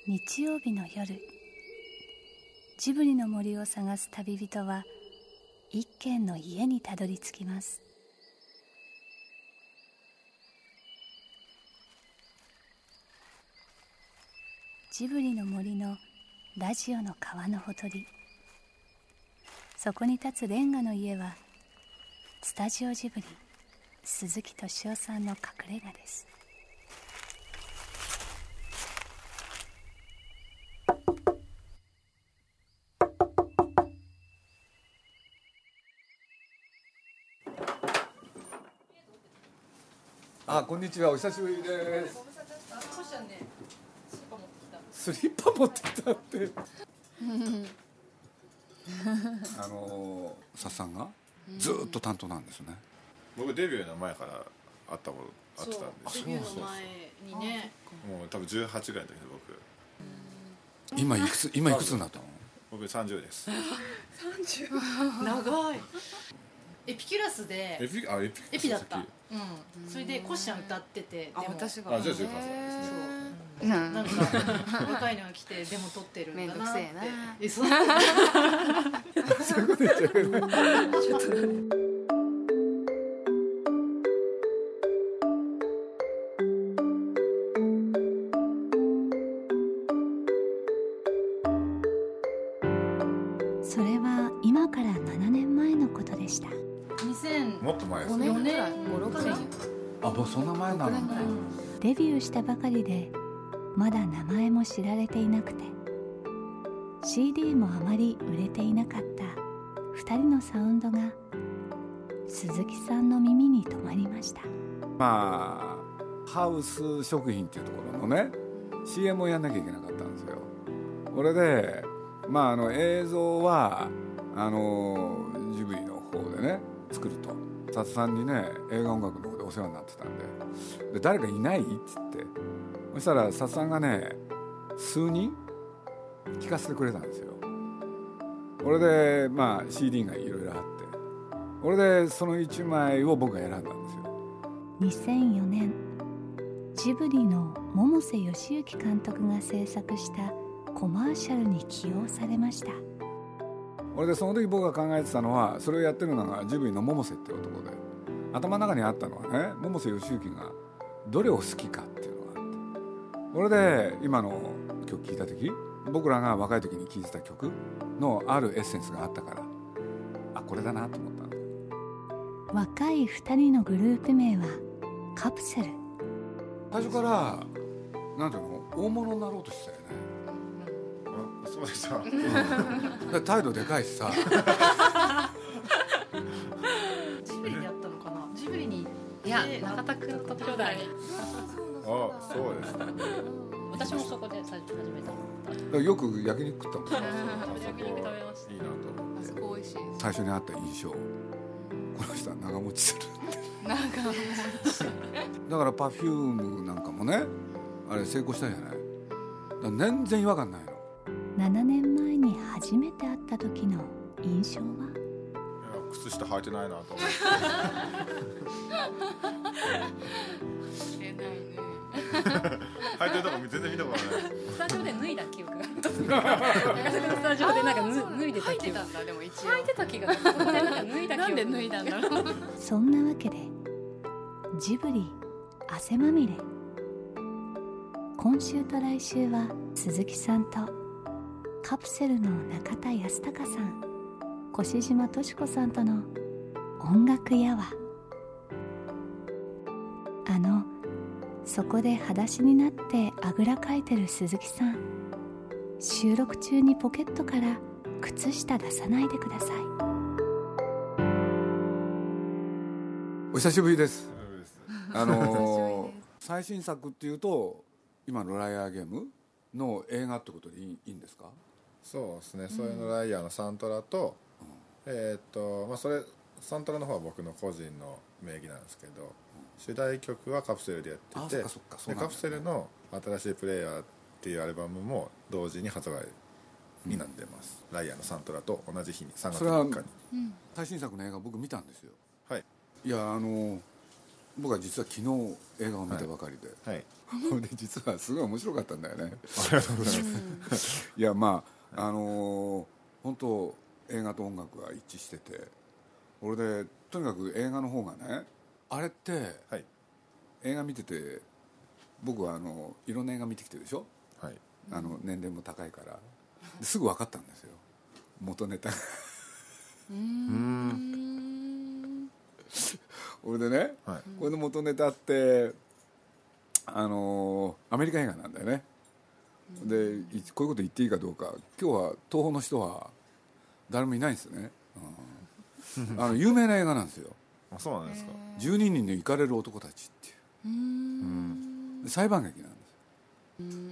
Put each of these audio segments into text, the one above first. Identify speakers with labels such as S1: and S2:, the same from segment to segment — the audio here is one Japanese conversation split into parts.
S1: 日曜日の夜、ジブリの森を探す旅人は一軒の家にたどり着きます。ジブリの森のラジオの川のほとり、そこに立つレンガの家はスタジオジブリ鈴木敏夫さんの隠れ家です。
S2: あ、こんにちは、お久しぶりです。スリッパ持ってきたって佐さんがずっと担当なんですね。
S3: 僕デビューの前から会ってたんですよ。
S4: デビューの前にね、
S3: もう多分18ぐらいの時で僕。
S2: 今いくつになったの？
S3: 僕30です。
S4: 30長い。エピキュラスでエピだった。それでコッシャン歌ってて、
S5: あ、私が。
S3: じゃあ18歳ですね。
S4: なんか若いのが来てデモ撮ってるんだなって。
S5: めんどくせえな。
S2: そういうこと言っちゃうけど。ちょっと
S1: それは今から7年前のことでした。
S3: もっと前です
S5: 5
S3: ね。
S5: 年ぐらい、5、6年。
S2: あ、もうそんな前なのね。
S1: デビューしたばかりでまだ名前も知られていなくて CD もあまり売れていなかった2人のサウンドが鈴木さんの耳に留まりました。
S2: まあハウス食品っていうところのね CM をやんなきゃいけなかったんですよ。これで映像はジブリの方でね作ると、佐々さんにね映画音楽の方でお世話になってたんで、誰かいないっつって、そしたら佐々さんがね数人聞かせてくれたんですよ。これでCD がいろいろあって、これでその1枚を僕が選んだんですよ。
S1: 2004年ジブリの百瀬義行監督が制作したコマーシャルに起用されました。
S2: これでその時僕が考えてたのは、それをやってるのがジブリの百瀬って男で、頭の中にあったのはね、百瀬義行がどれを好きかっていうのがあって、これで今の曲聴いた時、僕らが若い時に聴いてた曲のあるエッセンスがあったから、あ、これだなと思ったの。
S1: 若い2人のグループ名はカプセル。
S2: 最初からなんていうの、大物になろうとしてたよね。
S3: そうでした。
S2: 態度でかいしさ。
S4: ジブリでやったのかな。ジブリに
S5: いや、中田くんと兄弟。
S3: あ、そうですね。
S5: 私もそこで最初始めた。
S2: よく焼肉食ったもん。
S5: 焼肉食べました。
S3: いいなと思って。
S5: あそこ美味しい。
S2: 最初にあった印象、この人は長持ちする。
S5: 長持ち。
S2: だからパフュームなんかもね、あれ成功したじゃない。だから全然違和感ないの。
S1: 7年前に初めて会った時の印象は？
S3: いや、靴下履いてないなと思って。
S5: 出ないね。
S3: 履いてるとこ全然見たことない。
S5: スタジオで脱いだ記憶がスタジオでなんか脱いでた記憶。履いてたんだ。でも一応履いてた気がする。なんで脱いだんだろう。
S1: そんなわけでジブリ汗まみれ、今週と来週は鈴木さんとカプセルの中田康隆さん、越島敏子さんとの音楽やわ。そこで裸足になってあぐらかいてる鈴木さん、収録中にポケットから靴下出さないでください。
S2: お久しぶりです。最新作っていうと今のライアーゲームの映画ってことでいいんですか？
S3: そうですね。それのライアーのサントラと、それサントラの方は僕の個人の名義なんですけど、主題曲はカプセルでやってて、でカプセルの新しいプレイヤーっていうアルバムも同時に発売になってます。ライアーのサントラと同じ日に3月3日に。
S2: 最新作の映画僕見たんですよ。
S3: はい。
S2: いや僕は実は昨日映画を見たばかりで、
S3: はい、
S2: で実はすごい面白かったんだよね。
S3: ありがとうございます。
S2: いやまあ本当映画と音楽が一致してて、俺でとにかく映画の方がね、あれって、はい、映画見てて、僕はいろんな映画見てきてるでしょ、はい、年齢も高いからすぐ分かったんですよ、元ネタが俺でね、はい、これの元ネタってアメリカ映画なんだよね。でこういうこと言っていいかどうか、今日は東宝の人は誰もいないんですよね、有名な映画なんですよ。
S3: あ、そうなんですか。
S2: 12人のイカれる男たちっていう、裁判劇なんです。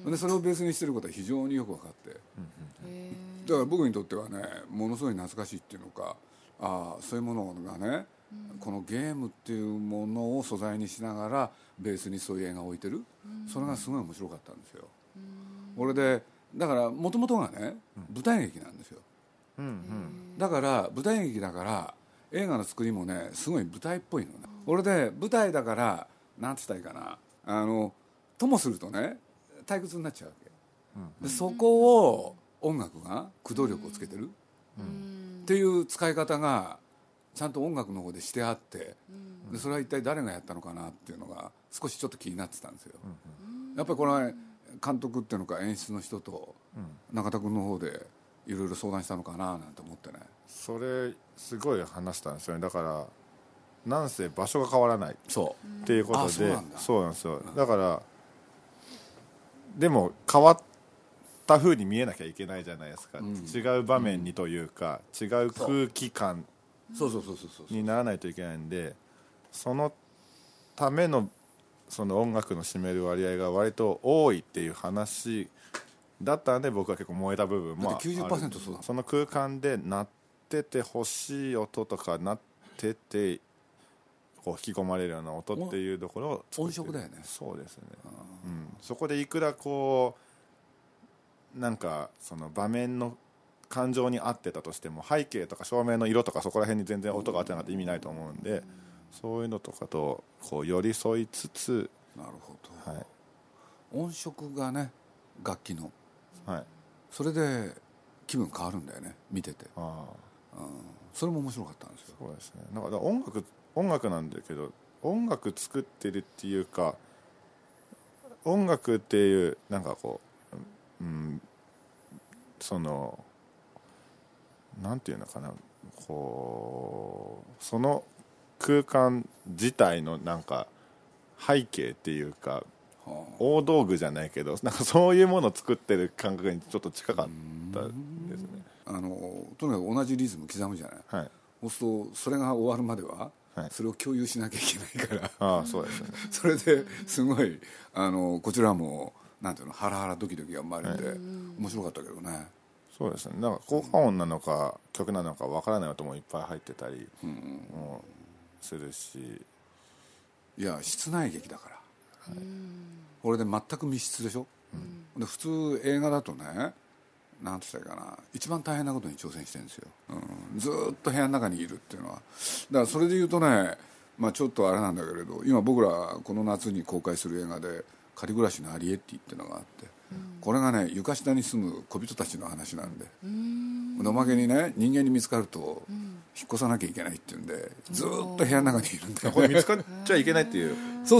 S2: でそれをベースにしてることは非常によく分かって、だから僕にとってはね、ものすごい懐かしいっていうのか、そういうものがね、このゲームっていうものを素材にしながらベースにそういう映画を置いてる、それがすごい面白かったんですよ。俺でだからもともとがね、舞台劇なんですよ。だから舞台劇だから映画の作りもね、すごい舞台っぽいのね。俺で舞台だからなんて言ったらいいかな、ともするとね退屈になっちゃうわけ、でそこを音楽が駆動力をつけてる、っていう使い方がちゃんと音楽の方でしてあって、でそれは一体誰がやったのかなっていうのが少しちょっと気になってたんですよ。やっぱりこれは監督っていうのか演出の人と中田君の方でいろいろ相談したのかななんて思ってね。
S3: それすごい話したんですよね。だからなんせ場所が変わらないっていうことで、そうなんですよ。だからでも変わった風に見えなきゃいけないじゃないですか、違う場面にというか、違う空気感にならないといけないんで、そのためのその音楽の占める割合が割と多いっていう話だったので、僕は結構燃えた部分もある。
S2: 90% そうだ。
S3: その空間で鳴ってて欲しい音とか鳴っててこう引き込まれるような音っていうところを
S2: 音色だよね。
S3: そうですね、そこでいくらこうなんかその場面の感情に合ってたとしても、背景とか照明の色とかそこら辺に全然音が合ってなかったら意味ないと思うんで、そういうのとかとこう寄り添いつつ、
S2: なるほど、はい、音色がね、楽器の、はい、それで気分変わるんだよね、見てて。それも面白かったんですよ。
S3: そうですね。なんか音楽なんだけど、音楽作ってるっていうか、音楽っていうなんかこう、そのなんていうのかな、こうその空間自体のなんか背景っていうか、大道具じゃないけど、なんかそういうものを作ってる感覚にちょっと近かったですね。
S2: とにかく同じリズム刻むじゃない、はい、そうするとそれが終わるまでは、はい、それを共有しなきゃいけないから
S3: そうですね
S2: それですごいこちらもなんていうの、ハラハラドキドキが生まれて、面白かったけどね。
S3: そうですね。なんか効果音なのか曲なのかわからない音もいっぱい入ってたりもするし、
S2: いや室内劇だから、これで全く密室でしょ、で普通映画だとね、なんて言ったらいいかな、一番大変なことに挑戦してるんですよ、ずっと部屋の中にいるっていうのは。だからそれで言うとね、ちょっとあれなんだけれど、今僕らこの夏に公開する映画で仮暮らしのアリエッティっていうのがあって、これがね床下に住む小人たちの話なんで、おまけにね人間に見つかると引っ越さなきゃいけないっていうんで、ずっと部屋の中にいるんだよ。
S3: これ見つかっちゃいけないっていう
S2: そう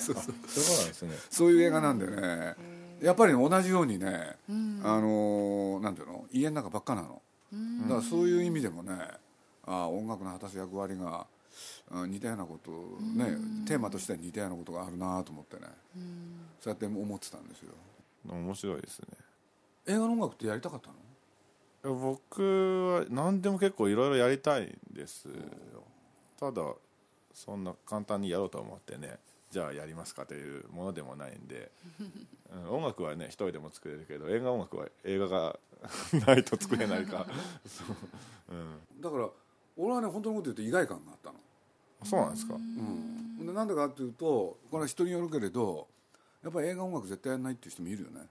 S2: いう映画なんでね、やっぱり同じようにね、なんていうの、家の中ばっかなの。だからそういう意味でもね、音楽の果たす役割が似たようなことね、テーマとしては似たようなことがあるなと思ってね、そうやって思ってたんですよ。
S3: 面白いですね。
S2: 映画の音楽ってやりたかったの？
S3: 僕は何でも結構いろいろやりたいんですよ。ただそんな簡単にやろうと思ってね、じゃあやりますかというものでもないんで音楽はね一人でも作れるけど、映画音楽は映画がないと作れないかそう、
S2: だから俺はね本当のこと言うと意外感があったの。
S3: そうなんですか。
S2: でなんでかっていうと、これは人によるけれど、やっぱり映画音楽絶対やらないっていう人もいるよね。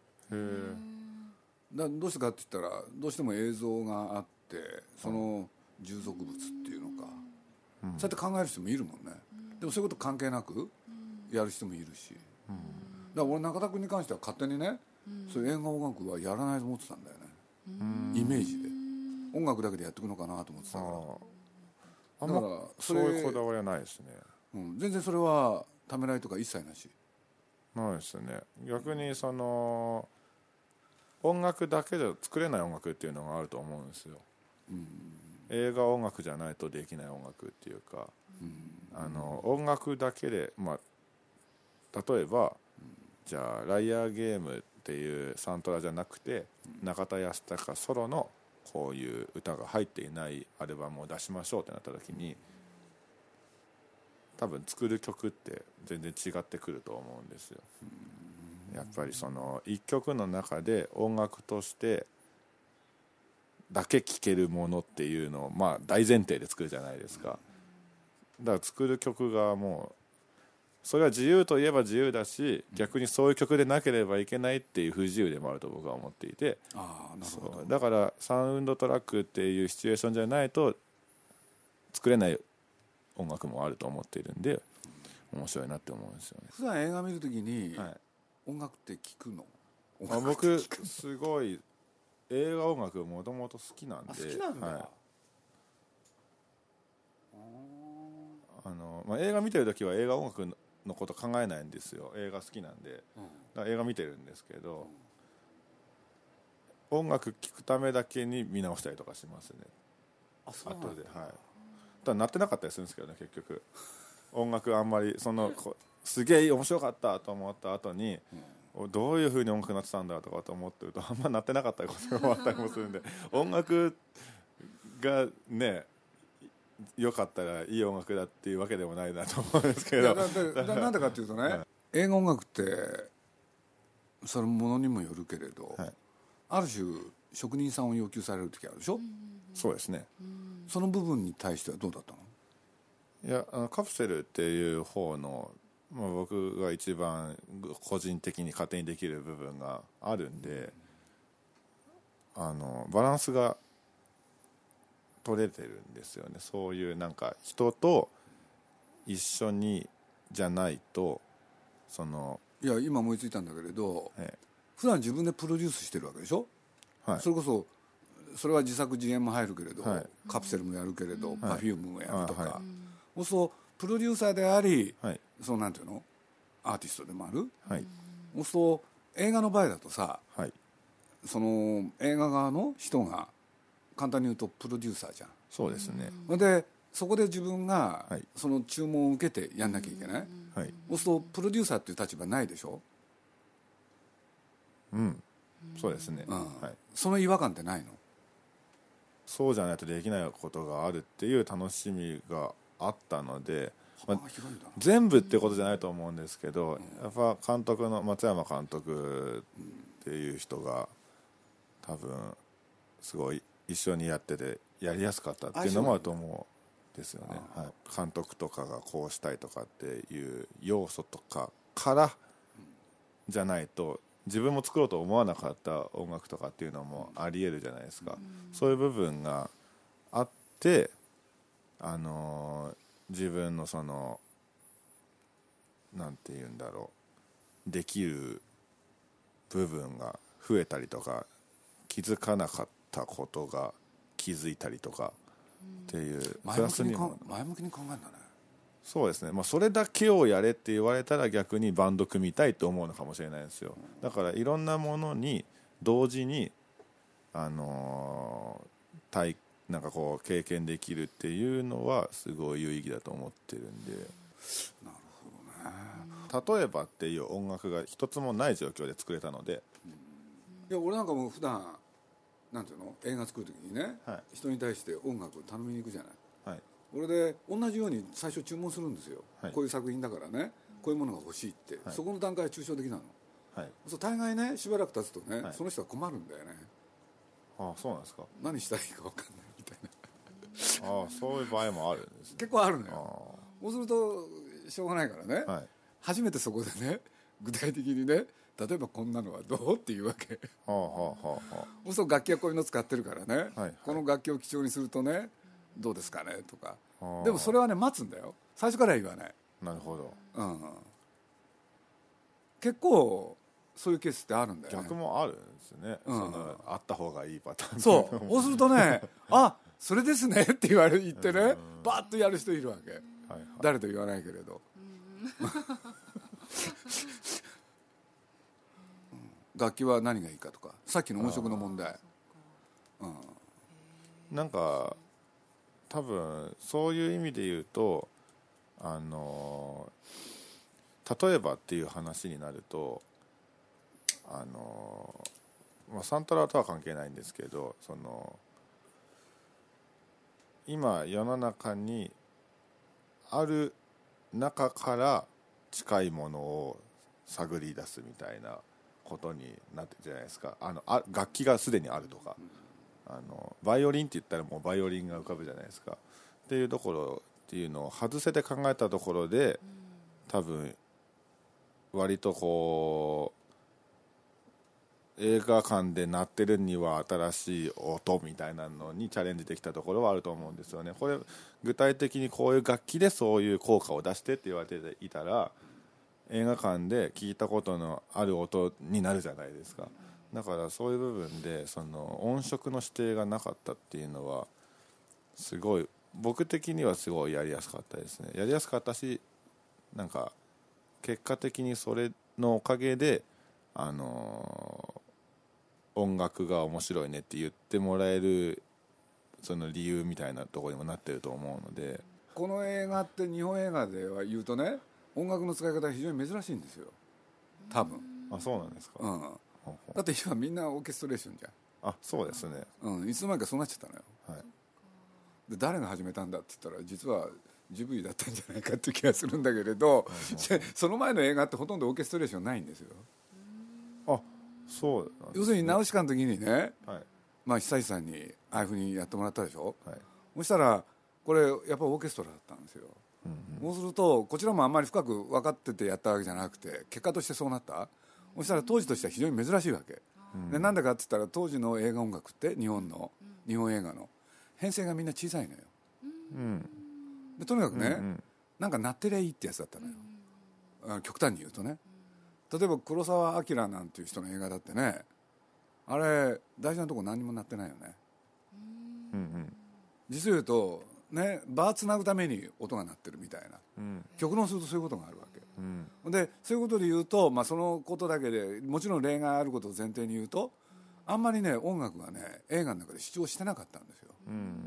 S2: どうしてかって言ったら、どうしても映像があってその従属物っていうのか、そうやって考える人もいるもんね。 でもそういうこと関係なくやる人もいるし、だから俺中田君に関しては勝手にね、そういう映画音楽はやらないと思ってたんだよね、イメージで音楽だけでやっていくのかなと思ってたから。だから
S3: そういうこだわりはないですね、
S2: 全然それはためらいとか一切なし。
S3: ないですね。逆にその音楽だけで作れない音楽っていうのがあると思うんですよ、映画音楽じゃないとできない音楽っていうか、音楽だけで、例えば、じゃあライアーゲームっていうサントラじゃなくて、中田泰孝ソロのこういう歌が入っていないアルバムを出しましょうってなった時に、多分作る曲って全然違ってくると思うんですよ。やっぱりその一曲の中で音楽としてだけ聴けるものっていうのを大前提で作るじゃないですか。だから作る曲がもうそれは自由といえば自由だし、逆にそういう曲でなければいけないっていう不自由でもあると僕は思っていて、だからサウンドトラックっていうシチュエーションじゃないと作れない音楽もあると思っているんで、面白いなって思うんですよね。
S2: 普段映画見るときに音楽って聞くの？
S3: 僕すごい映画音楽もともと好きなんで。
S2: 好きなんだ、
S3: 映画見てるときは映画音楽のこと考えないんですよ。映画好きなんで、だから映画見てるんですけど、音楽聴くためだけに見直したりとかしますね。
S2: そうなんだ。
S3: 後で、ただなってなかったりするんですけどね、結局音楽あんまりすげえ面白かったと思った後に、どういう風に音楽になってたんだとかと思ってるとあんまなってなかったことがあったりもするんで音楽がね良かったらいい音楽だっていうわけでもないなと思うんですけど、
S2: なんでかっていうとね、映画音楽ってそのものにもよるけれど、ある種職人さんを要求される時あるでしょ。
S3: そうですね。
S2: その部分に対してはどうだったの？
S3: いや、カプセルっていう方の、僕が一番個人的に勝手にできる部分があるんで、バランスが取れてるんですよね。そういうなんか人と一緒にじゃないと、
S2: いや今思いついたんだけれど、普段自分でプロデュースしてるわけでしょ、それこそそれは自作自演も入るけれど、カプセルもやるけれど、パフュームもやるとか、そうプロデューサーであり、そうなんていうのアーティストでもある、そう映画の場合だとさ、その映画側の人が簡単に言うとプロデューサーじゃん。
S3: そうですね。
S2: でそこで自分がその注文を受けてやんなきゃいけない、そうするとプロデューサーっていう立場ないでしょ。
S3: そうですね、
S2: その違和感ってないの？
S3: そうじゃないとできないことがあるっていう楽しみがあったので、全部ってことじゃないと思うんですけど、やっぱ監督の松山監督っていう人が多分すごい一緒にやっててやりやすかったっていうのもあると思うんですよね。監督とかがこうしたいとかっていう要素とかからじゃないと自分も作ろうと思わなかった音楽とかっていうのもありえるじゃないですか。そういう部分があって、自分のそのなんて言うんだろう、できる部分が増えたりとか、気づかなかったことが気づいたりとかっていう、
S2: 前向きに考えるんだね。
S3: そうですね、それだけをやれって言われたら逆にバンド組みたいと思うのかもしれないですよ。だからいろんなものに同時になんかこう経験できるっていうのはすごい有意義だと思ってるんで。なるほどね。例えばっていう音楽が一つもない状況で作れたので、
S2: いや俺なんかもう普段なんていうの映画作る時にね、人に対して音楽を頼みに行くじゃない。俺で同じように最初注文するんですよ、こういう作品だからねこういうものが欲しいって、そこの段階は抽象的なの、そう大概ねしばらく経つとね、その人は困るんだよね。
S3: そうなんですか。
S2: 何したらいいか分かんないみたい
S3: なそういう場合もあるんですね。
S2: 結構あるのよ。そうするとしょうがないからね、初めてそこでね具体的にね例えばこんなのはどうっていうわけ。そうすると楽器はこういうの使ってるからね、この楽器を基調にするとねどうですかねとか。でもそれはね待つんだよ。最初からは言わない。
S3: なるほど、
S2: 結構そういうケースってあるんだよね。
S3: 逆もあるんですね、あった方がいいパターン。
S2: そうするとねあそれですねって言ってねバーッとやる人いるわけ、誰と言わないけれど楽器は何がいいかとか、さっきの音色の問題、
S3: なんか多分そういう意味で言うと例えばっていう話になるとサントラとは関係ないんですけど、今世の中にある中から近いものを探り出すみたいなことになってるじゃないですか。楽器がすでにあるとか、バイオリンって言ったらもうバイオリンが浮かぶじゃないですかっていうところっていうのを外せて考えたところで、多分割とこう映画館で鳴ってるには新しい音みたいなのにチャレンジできたところはあると思うんですよね。これ具体的にこういう楽器でそういう効果を出してって言われていたら映画館で聞いたことのある音になるじゃないですか。だからそういう部分で音色の指定がなかったっていうのはすごい僕的にはすごいやりやすかったですね。やりやすかったし、なんか結果的にそれのおかげで音楽が面白いねって言ってもらえるその理由みたいなところにもなってると思うので、
S2: この映画って日本映画では言うとね、音楽の使い方が非常に珍しいんですよ多分。
S3: あ、そうなんですか。
S2: だって今みんなオーケストレーションじゃん。
S3: あ、そうですね、
S2: いつの間にかそうなっちゃったのよ、で誰が始めたんだって言ったら実はジブリだったんじゃないかっていう気がするんだけれど、その前の映画ってほとんどオーケストレーションないんですよ。
S3: あ、そうなんですね。
S2: 要するにナウシカの時にね、久石さんにああいうふうにやってもらったでしょ、そしたらこれやっぱりオーケストラだったんですよ、そうするとこちらもあんまり深く分かっててやったわけじゃなくて結果としてそうなった。そしたら当時としては非常に珍しいわけ、でなんでかって言ったら当時の映画音楽って日本映画の編成がみんな小さいのよ、でとにかくね、なんか鳴ってりゃいいってやつだったのよ、極端に言うとね。例えば黒澤明なんていう人の映画だってね、あれ大事なとこ何にも鳴ってないよね、実を言うとね、場つなぐために音が鳴ってるみたいな、極論するとそういうことがあるわけ、でそういうことで言うと、そのことだけでもちろん例外あることを前提に言うと、あんまりね音楽がね映画の中で主張してなかったんですよ、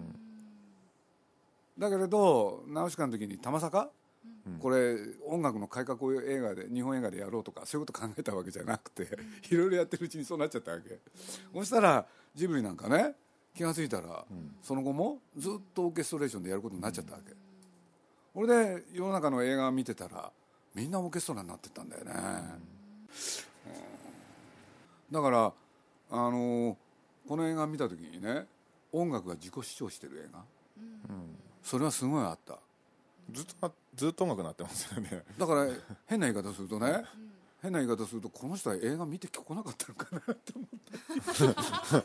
S2: だけれどナウシカの時にたまさか、これ音楽の改革を日本映画でやろうとかそういうこと考えたわけじゃなくていろいろやってるうちにそうなっちゃったわけ、そしたらジブリなんかね気がついたら、その後もずっとオーケストレーションでやることになっちゃったわけ、これで世の中の映画を見てたらみんなオーケストラになってったんだよね、だからこの映画見た時にね、音楽が自己主張してる映画、それはすごいあった。
S3: ずっと音楽なってますよね。
S2: だから変な言い方するとね、この人は映画見てこなかったのかなって思った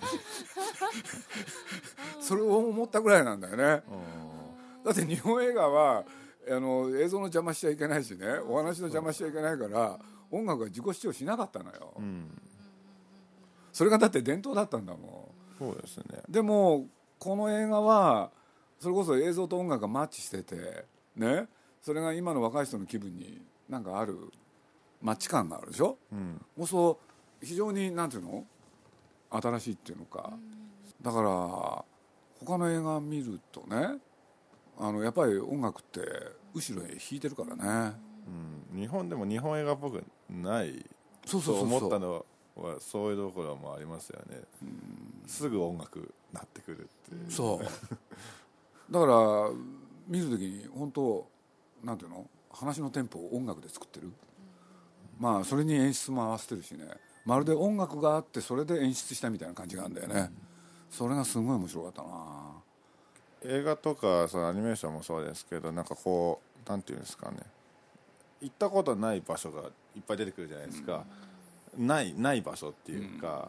S2: それを思ったぐらいなんだよね。だって日本映画は映像の邪魔しちゃいけないしね、お話の邪魔しちゃいけないから音楽が自己主張しなかったのよ、それがだって伝統だったんだも
S3: ん。そうですね。
S2: でもこの映画はそれこそ映像と音楽がマッチしててね、それが今の若い人の気分になんかあるマッチ感があるでしょ、もうそう非常になんていうの新しいっていうのか、だから他の映画見るとね、やっぱり音楽って後ろへ弾いてるからね、
S3: 日本でも日本映画っぽくないと思ったのはそういうところもありますよね、すぐ音楽なってくるっていう、
S2: そうだから見るときに本当なんていうの、話のテンポを音楽で作ってる、それに演出も合わせてるしね、まるで音楽があってそれで演出したみたいな感じがあるんだよね、それがすごい面白かったな。
S3: 映画とかそのアニメーションもそうですけど、なんかこうなんていうんですかね、行ったことない場所がいっぱい出てくるじゃないですか、ない場所っていうか、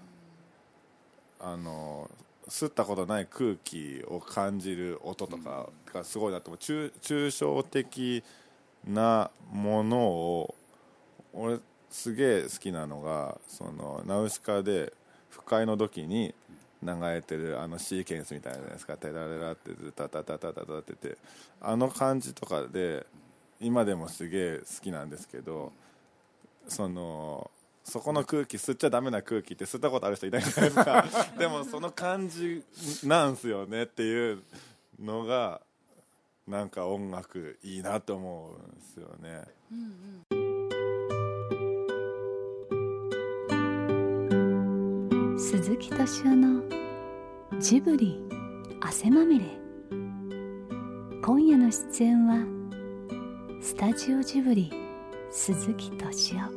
S3: 吸ったことない空気を感じる音とかがすごいなと思う。抽象的なものを俺すげえ好きなのが、そのナウシカで不快の時に流れてるシーケンスみたいなじゃないですか。テラレラってタタタタタタってて、感じとかで今でもすげえ好きなんですけど、そこの空気、吸っちゃダメな空気って吸ったことある人いないじゃないですかでもその感じなんすよねっていうのがなんか音楽いいなと思うんですよね。
S1: 鈴木敏夫のジブリ汗まみれ。今夜の出演はスタジオジブリ鈴木敏夫、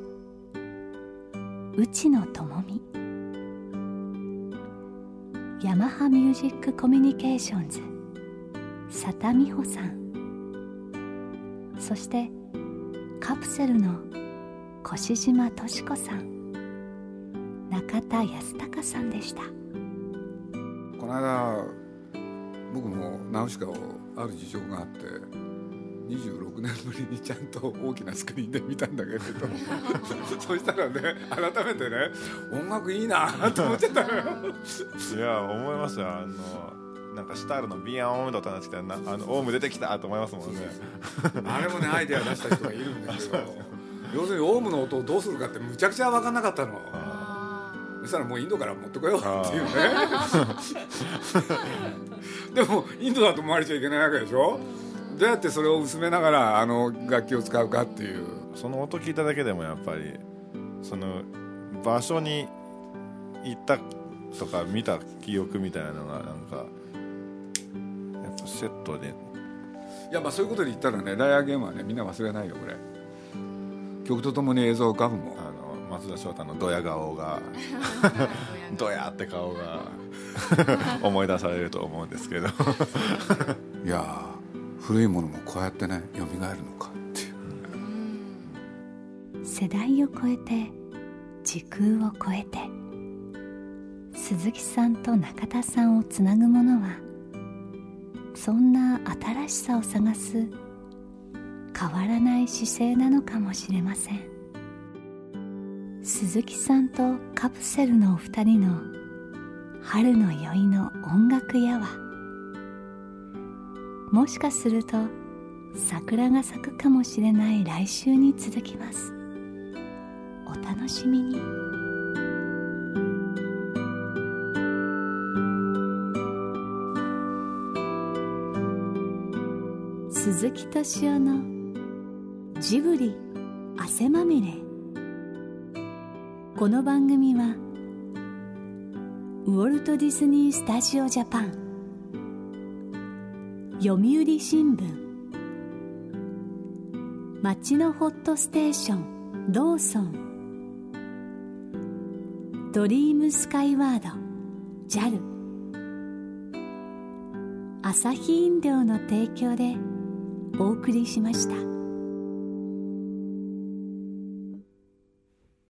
S1: 内野智美、ヤマハミュージックコミュニケーションズ佐田美穂さん、そしてカプセルの越島敏子さん、中田康隆さんでした。
S2: この間僕もナウシカをある事情があって26年ぶりにちゃんと大きなスクリーンで見たんだけれどそしたらね、改めてね、音楽いいなと思っちゃったのよ
S3: いや思いますよ。なんかシュタールのビアンオムドとなってきたオウム出てきたと思いますもんね
S2: あれもね、アイデア出した人がいるんですよ要するにオウムの音をどうするかってむちゃくちゃ分かんなかったの。そしたらもうインドから持ってこようっていうねでもインドだと思われちゃいけないわけでしょ。どうやってそれを薄めながら楽器を使うかっていう、
S3: その音聞いただけでもやっぱりその場所に行ったとか見た記憶みたいなのがなんかやっぱセットで、
S2: いやまあそういうことで言ったらね、ライアーゲームはねみんな忘れないよ。これ曲とともに映像を浮かぶもん。
S3: 松田翔太のドヤ顔がドヤって顔が思い出されると思うんですけど
S2: いや古いものもこうやってね蘇るのかっていう。
S1: 世代を超えて時空を超えて鈴木さんと中田さんをつなぐものは、そんな新しさを探す変わらない姿勢なのかもしれません。鈴木さんとカプセルのお二人の春の宵の音楽屋は、もしかすると桜が咲くかもしれない来週に続きます。お楽しみに。鈴木敏夫のジブリ汗まみれ。この番組はウォルト・ディズニー・スタジオ・ジャパン、読売新聞、街のホットステーションローソン、ドリームスカイワード JAL、 アサヒ飲料の提供でお送りしました。